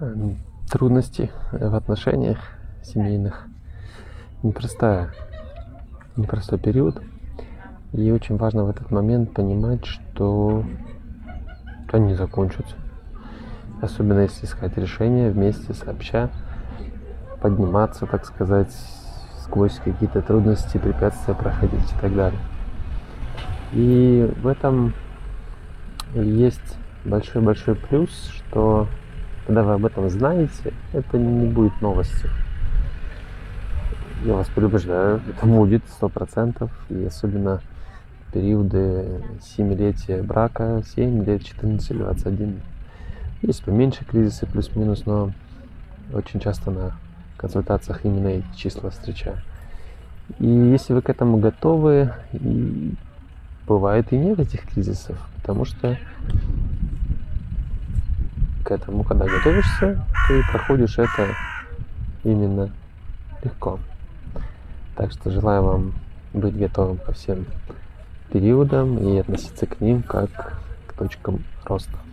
трудности в отношениях семейных. Непростой период. И очень важно в этот момент понимать, что они не закончатся. Особенно если искать решения вместе, сообща, подниматься, так сказать, сквозь какие-то трудности, препятствия проходить и так далее. И в этом есть большой-большой плюс, что когда вы об этом знаете, это не будет новостью. Я вас предупреждаю, это будет 100%, и особенно в периоды 7-летия брака, 7 лет, 14, 21. Есть поменьше кризисы, плюс-минус, но очень часто на консультациях именно эти числа встречаю. И если вы к этому готовы, и бывает и нет этих кризисов, потому что к этому, когда готовишься, ты проходишь это именно легко. Так что желаю вам быть готовым ко всем периодам и относиться к ним как к точкам роста.